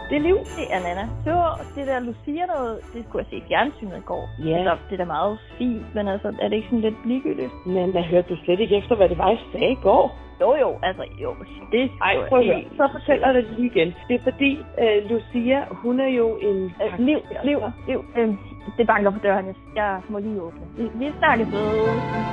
Det liv, det er Nana. Det var det der Lucia noget, det skulle jeg se i fjernsynet i går. Ja. Altså, det er da meget fint, men altså, er det ikke sådan lidt ligegyldigt? Men hvad hørte du slet ikke efter, hvad det var, jeg sagde i går? Jo, altså, jo, det Ej, prøv at høre. Så fortæller jeg det lige igen. Det er fordi, Lucia, hun er jo en... Liv. Det banker på døren. Jeg må lige åbne. Vi snakkes ved.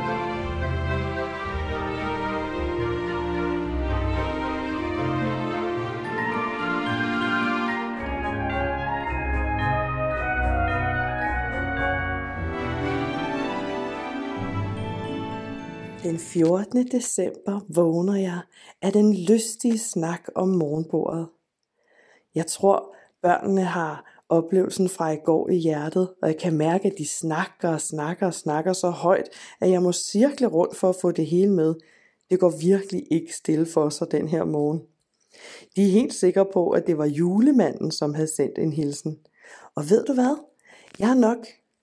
Den 14. december vågner jeg af den lystige snak om morgenbordet. Jeg tror, børnene har oplevelsen fra i går i hjertet, og jeg kan mærke, at de snakker så højt, at jeg må cirkle rundt for at få det hele med. Det går virkelig ikke stille for sig den her morgen. De er helt sikre på, at det var julemanden, som havde sendt en hilsen. Og ved du hvad? Jeg er nok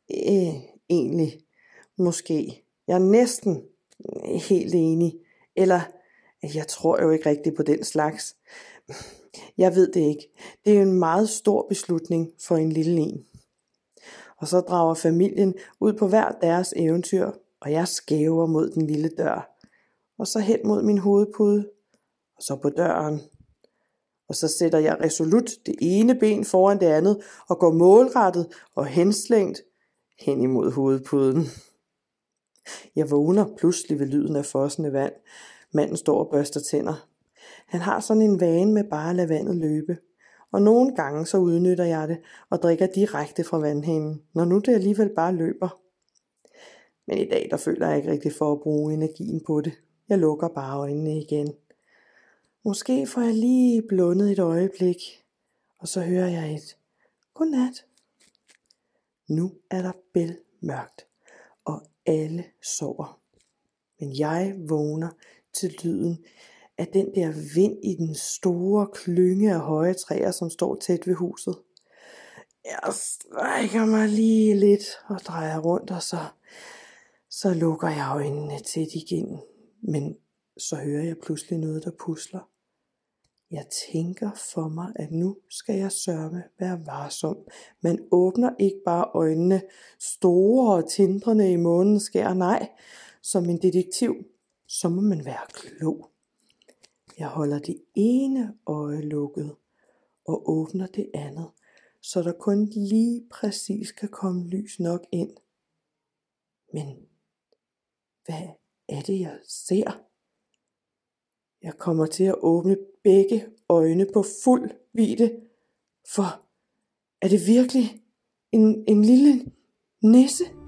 jeg er næsten helt enig. Eller, jeg tror jo ikke rigtigt på den slags. Jeg ved det ikke. Det er jo en meget stor beslutning for en lille en. Og så drager familien ud på hver deres eventyr, og jeg skæver mod den lille dør. Og så hen mod min hovedpude, og så på døren. Og så sætter jeg resolut det ene ben foran det andet, og går målrettet og henslængt hen imod hovedpuden. Jeg vågner pludselig ved lyden af fossende vand. Manden står og børster tænder. Han har sådan en vane med bare at lade vandet løbe. Og nogle gange så udnytter jeg det og drikker direkte fra vandhanen, når nu det alligevel bare løber. Men i dag der føler jeg ikke rigtig for at bruge energien på det. Jeg lukker bare øjnene igen. Måske får jeg lige blundet et øjeblik, og så hører jeg et godnat. Nu er der bælmørkt, og alle sover. Men jeg vågner til lyden af den der vind i den store klynge af høje træer, som står tæt ved huset. Jeg strækker mig lige lidt og drejer rundt, og så lukker jeg øjnene tæt igen. Men så hører jeg pludselig noget, der pusler. Jeg tænker for mig, at nu skal jeg sørme være varsom. Man åbner ikke bare øjnene store og tindrende i månens skær. Nej, som en detektiv, så må man være klog. Jeg holder det ene øje lukket og åbner det andet, så der kun lige præcis kan komme lys nok ind. Men hvad er det, jeg ser? Jeg kommer til at åbne begge øjne på fuld vidde, for er det virkelig en lille nisse?